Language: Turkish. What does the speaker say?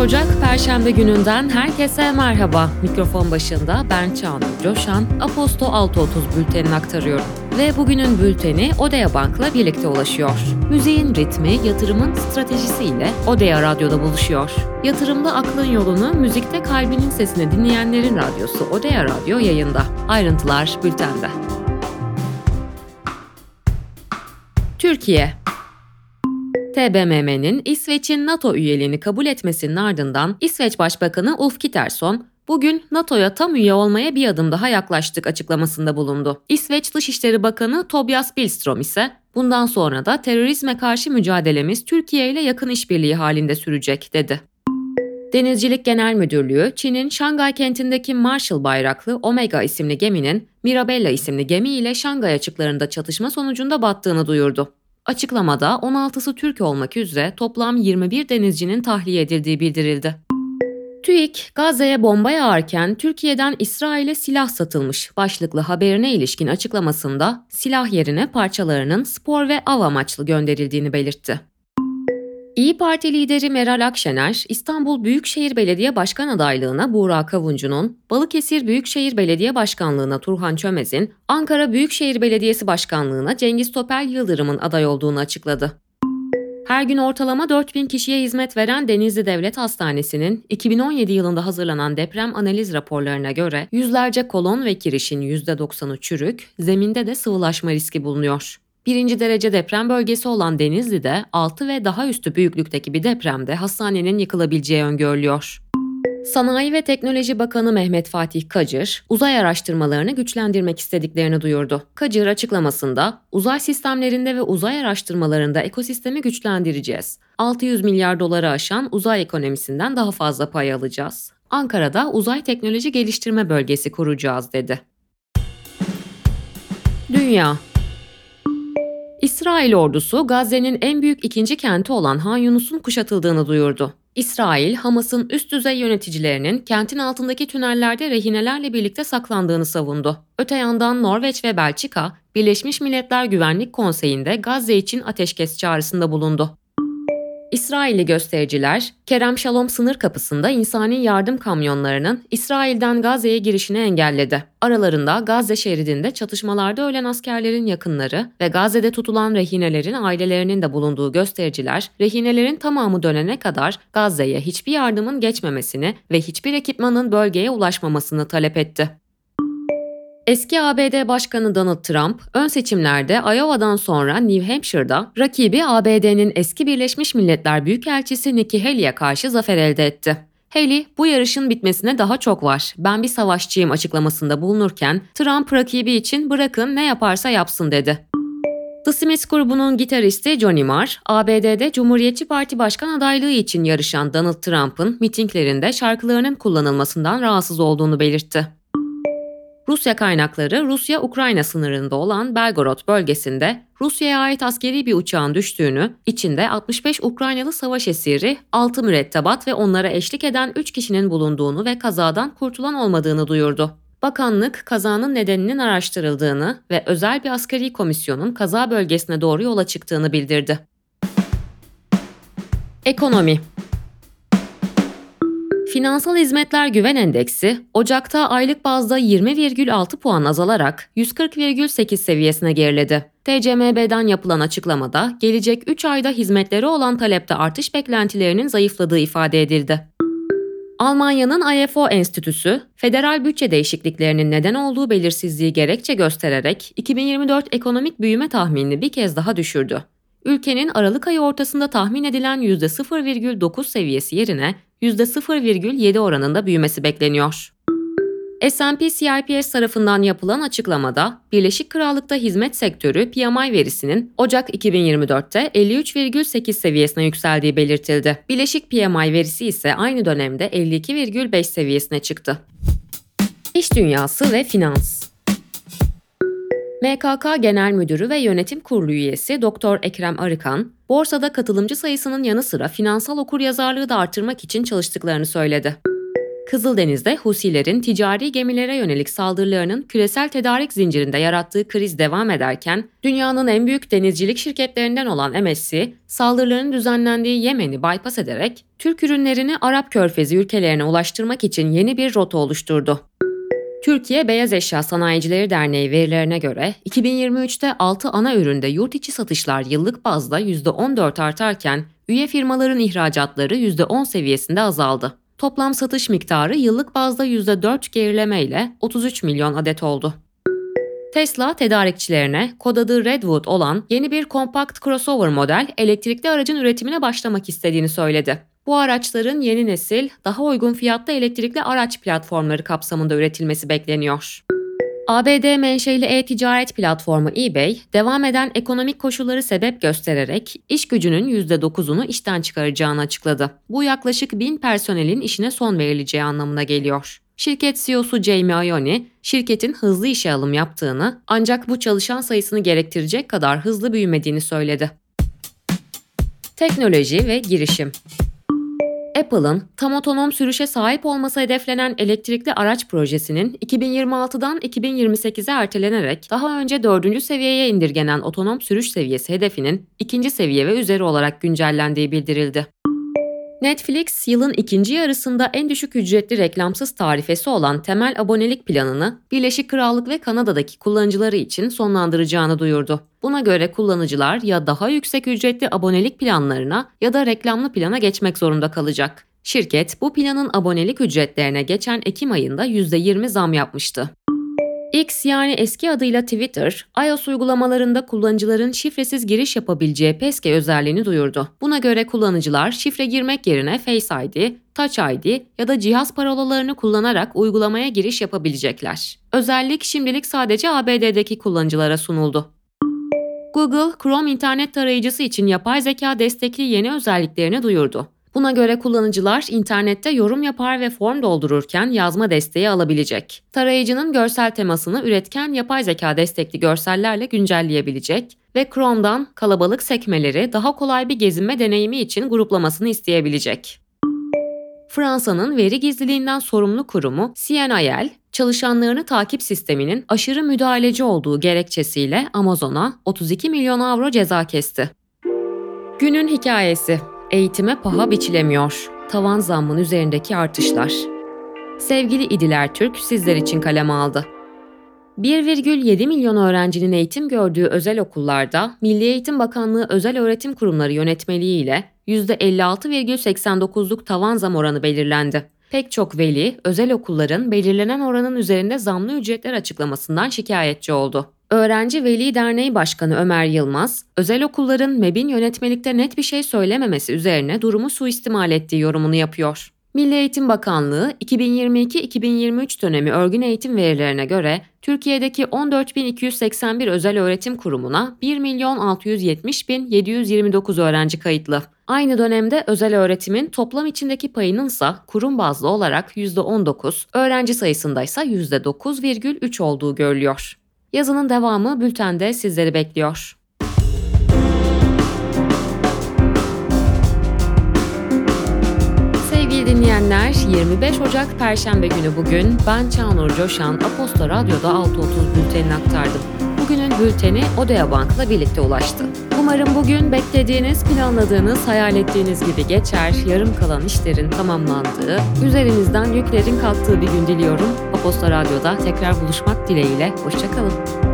Ocak Perşembe gününden herkese merhaba. Mikrofon başında ben Çağnur Coşan, Aposto 6.30 bültenini aktarıyorum. Ve bugünün bülteni Odea Bank'la birlikte ulaşıyor. Müziğin ritmi, yatırımın stratejisiyle Odea Radyo'da buluşuyor. Yatırımda aklın yolunu, müzikte kalbinin sesini dinleyenlerin radyosu Odea Radyo yayında. Ayrıntılar bültende. Türkiye TBMM'nin İsveç'in NATO üyeliğini kabul etmesinin ardından İsveç Başbakanı Ulf Kristersson, bugün NATO'ya tam üye olmaya bir adım daha yaklaştık açıklamasında bulundu. İsveç Dışişleri Bakanı Tobias Billström ise, bundan sonra da terörizme karşı mücadelemiz Türkiye ile yakın işbirliği halinde sürecek, dedi. Denizcilik Genel Müdürlüğü, Çin'in Şangay kentindeki Marshall bayraklı Omega isimli geminin Mirabella isimli gemi ile Şangay açıklarında çatışma sonucunda battığını duyurdu. Açıklamada 16'sı Türk olmak üzere toplam 21 denizcinin tahliye edildiği bildirildi. TÜİK, Gazze'ye bomba yağarken Türkiye'den İsrail'e silah satılmış başlıklı haberine ilişkin açıklamasında silah yerine parçalarının spor ve av amaçlı gönderildiğini belirtti. İyi Parti lideri Meral Akşener, İstanbul Büyükşehir Belediye Başkan adaylığına Buğra Kavuncu'nun, Balıkesir Büyükşehir Belediye Başkanlığına Turhan Çömez'in, Ankara Büyükşehir Belediyesi Başkanlığına Cengiz Topel Yıldırım'ın aday olduğunu açıkladı. Her gün ortalama 4.000 kişiye hizmet veren Denizli Devlet Hastanesi'nin 2017 yılında hazırlanan deprem analiz raporlarına göre yüzlerce kolon ve kirişin %90'ı çürük, zeminde de sıvılaşma riski bulunuyor. 1. derece deprem bölgesi olan Denizli'de 6 ve daha üstü büyüklükteki bir depremde hastanenin yıkılabileceği öngörülüyor. Sanayi ve Teknoloji Bakanı Mehmet Fatih Kacır, uzay araştırmalarını güçlendirmek istediklerini duyurdu. Kacır açıklamasında, uzay sistemlerinde ve uzay araştırmalarında ekosistemi güçlendireceğiz. 600 milyar doları aşan uzay ekonomisinden daha fazla pay alacağız. Ankara'da Uzay Teknoloji Geliştirme Bölgesi kuracağız, dedi. Dünya. İsrail ordusu Gazze'nin en büyük ikinci kenti olan Han Yunus'un kuşatıldığını duyurdu. İsrail, Hamas'ın üst düzey yöneticilerinin kentin altındaki tünellerde rehinelerle birlikte saklandığını savundu. Öte yandan Norveç ve Belçika, Birleşmiş Milletler Güvenlik Konseyi'nde Gazze için ateşkes çağrısında bulundu. İsrailli göstericiler, Kerem Shalom sınır kapısında insani yardım kamyonlarının İsrail'den Gazze'ye girişini engelledi. Aralarında Gazze şeridinde çatışmalarda ölen askerlerin yakınları ve Gazze'de tutulan rehinelerin ailelerinin de bulunduğu göstericiler, rehinelerin tamamı dönene kadar Gazze'ye hiçbir yardımın geçmemesini ve hiçbir ekipmanın bölgeye ulaşmamasını talep etti. Eski ABD Başkanı Donald Trump, ön seçimlerde Iowa'dan sonra New Hampshire'da rakibi ABD'nin eski Birleşmiş Milletler Büyükelçisi Nikki Haley'e karşı zafer elde etti. Haley, bu yarışın bitmesine daha çok var, ben bir savaşçıyım açıklamasında bulunurken, Trump rakibi için bırakın ne yaparsa yapsın, dedi. The Smiths grubunun gitaristi Johnny Marr, ABD'de Cumhuriyetçi Parti Başkan adaylığı için yarışan Donald Trump'ın mitinglerinde şarkılarının kullanılmasından rahatsız olduğunu belirtti. Rusya kaynakları, Rusya-Ukrayna sınırında olan Belgorod bölgesinde Rusya'ya ait askeri bir uçağın düştüğünü, içinde 65 Ukraynalı savaş esiri, 6 mürettebat ve onlara eşlik eden 3 kişinin bulunduğunu ve kazadan kurtulan olmadığını duyurdu. Bakanlık, kazanın nedeninin araştırıldığını ve özel bir askeri komisyonun kaza bölgesine doğru yola çıktığını bildirdi. Ekonomi. Finansal Hizmetler Güven Endeksi, Ocak'ta aylık bazda 20,6 puan azalarak 140,8 seviyesine geriledi. TCMB'den yapılan açıklamada, gelecek 3 ayda hizmetlere olan talepte artış beklentilerinin zayıfladığı ifade edildi. Almanya'nın IFO Enstitüsü, federal bütçe değişikliklerinin neden olduğu belirsizliği gerekçe göstererek 2024 ekonomik büyüme tahminini bir kez daha düşürdü. Ülkenin Aralık ayı ortasında tahmin edilen %0,9 seviyesi yerine %0,7 oranında büyümesi bekleniyor. S&P CIPS tarafından yapılan açıklamada, Birleşik Krallık'ta hizmet sektörü PMI verisinin Ocak 2024'te 53,8 seviyesine yükseldiği belirtildi. Birleşik PMI verisi ise aynı dönemde 52,5 seviyesine çıktı. İş dünyası ve finans. MKK Genel Müdürü ve Yönetim Kurulu üyesi Dr. Ekrem Arıkan, borsada katılımcı sayısının yanı sıra finansal okuryazarlığı da artırmak için çalıştıklarını söyledi. Kızıldeniz'de Husilerin ticari gemilere yönelik saldırılarının küresel tedarik zincirinde yarattığı kriz devam ederken, dünyanın en büyük denizcilik şirketlerinden olan MSC, saldırıların düzenlendiği Yemen'i bypass ederek Türk ürünlerini Arap Körfezi ülkelerine ulaştırmak için yeni bir rota oluşturdu. Türkiye Beyaz Eşya Sanayicileri Derneği verilerine göre 2023'te 6 ana üründe yurt içi satışlar yıllık bazda %14 artarken üye firmaların ihracatları %10 seviyesinde azaldı. Toplam satış miktarı yıllık bazda %4 gerilemeyle 33 milyon adet oldu. Tesla, tedarikçilerine kod adı Redwood olan yeni bir kompakt crossover model elektrikli aracın üretimine başlamak istediğini söyledi. Bu araçların yeni nesil, daha uygun fiyatta elektrikli araç platformları kapsamında üretilmesi bekleniyor. ABD menşeli e-ticaret platformu eBay, devam eden ekonomik koşulları sebep göstererek iş gücünün %9'unu işten çıkaracağını açıkladı. Bu yaklaşık 1000 personelin işine son verileceği anlamına geliyor. Şirket CEO'su Jamie Iannone, şirketin hızlı işe alım yaptığını ancak bu çalışan sayısını gerektirecek kadar hızlı büyümediğini söyledi. Teknoloji ve girişim. Apple'ın tam otonom sürüşe sahip olması hedeflenen elektrikli araç projesinin 2026'dan 2028'e ertelenerek daha önce 4. seviyeye indirgenen otonom sürüş seviyesi hedefinin 2. seviye ve üzeri olarak güncellendiği bildirildi. Netflix, yılın ikinci yarısında en düşük ücretli reklamsız tarifesi olan temel abonelik planını Birleşik Krallık ve Kanada'daki kullanıcıları için sonlandıracağını duyurdu. Buna göre kullanıcılar ya daha yüksek ücretli abonelik planlarına ya da reklamlı plana geçmek zorunda kalacak. Şirket, bu planın abonelik ücretlerine geçen Ekim ayında %20 zam yapmıştı. X, yani eski adıyla Twitter, iOS uygulamalarında kullanıcıların şifresiz giriş yapabileceği PESCE özelliğini duyurdu. Buna göre kullanıcılar şifre girmek yerine Face ID, Touch ID ya da cihaz parolalarını kullanarak uygulamaya giriş yapabilecekler. Özellik şimdilik sadece ABD'deki kullanıcılara sunuldu. Google, Chrome internet tarayıcısı için yapay zeka destekli yeni özelliklerini duyurdu. Buna göre kullanıcılar internette yorum yapar ve form doldururken yazma desteği alabilecek. Tarayıcının görsel temasını üretken yapay zeka destekli görsellerle güncelleyebilecek ve Chrome'dan kalabalık sekmeleri daha kolay bir gezinme deneyimi için gruplamasını isteyebilecek. Fransa'nın veri gizliliğinden sorumlu kurumu CNIL, çalışanlarını takip sisteminin aşırı müdahaleci olduğu gerekçesiyle Amazon'a 32 milyon avro ceza kesti. Günün hikayesi. Eğitime paha biçilemiyor. Tavan zammın üzerindeki artışlar. Sevgili İdiler Türk sizler için kaleme aldı. 1,7 milyon öğrencinin eğitim gördüğü özel okullarda Milli Eğitim Bakanlığı Özel Öğretim Kurumları yönetmeliği ile %56,89'luk tavan zam oranı belirlendi. Pek çok veli, özel okulların belirlenen oranın üzerinde zamlı ücretler açıklamasından şikayetçi oldu. Öğrenci Veli Derneği Başkanı Ömer Yılmaz, özel okulların MEB'in yönetmelikte net bir şey söylememesi üzerine durumu suistimal ettiği yorumunu yapıyor. Milli Eğitim Bakanlığı 2022-2023 dönemi örgün eğitim verilerine göre Türkiye'deki 14.281 özel öğretim kurumuna 1.670.729 öğrenci kayıtlı. Aynı dönemde özel öğretimin toplam içindeki payının ise kurum bazlı olarak %19, öğrenci sayısında ise %9,3 olduğu görülüyor. Yazının devamı bültende sizleri bekliyor. Sevgili dinleyenler, 25 Ocak Perşembe günü bugün ben Çağnur Coşan, Aposto Radyo'da 6.30 bültenini aktardım. Bugünün bülteni Odea Bank'la birlikte ulaştı. Umarım bugün beklediğiniz, planladığınız, hayal ettiğiniz gibi geçer, yarım kalan işlerin tamamlandığı, üzerinizden yüklerin kalktığı bir gün diliyorum. Aposto Radyo'da tekrar buluşmak dileğiyle, hoşça kalın.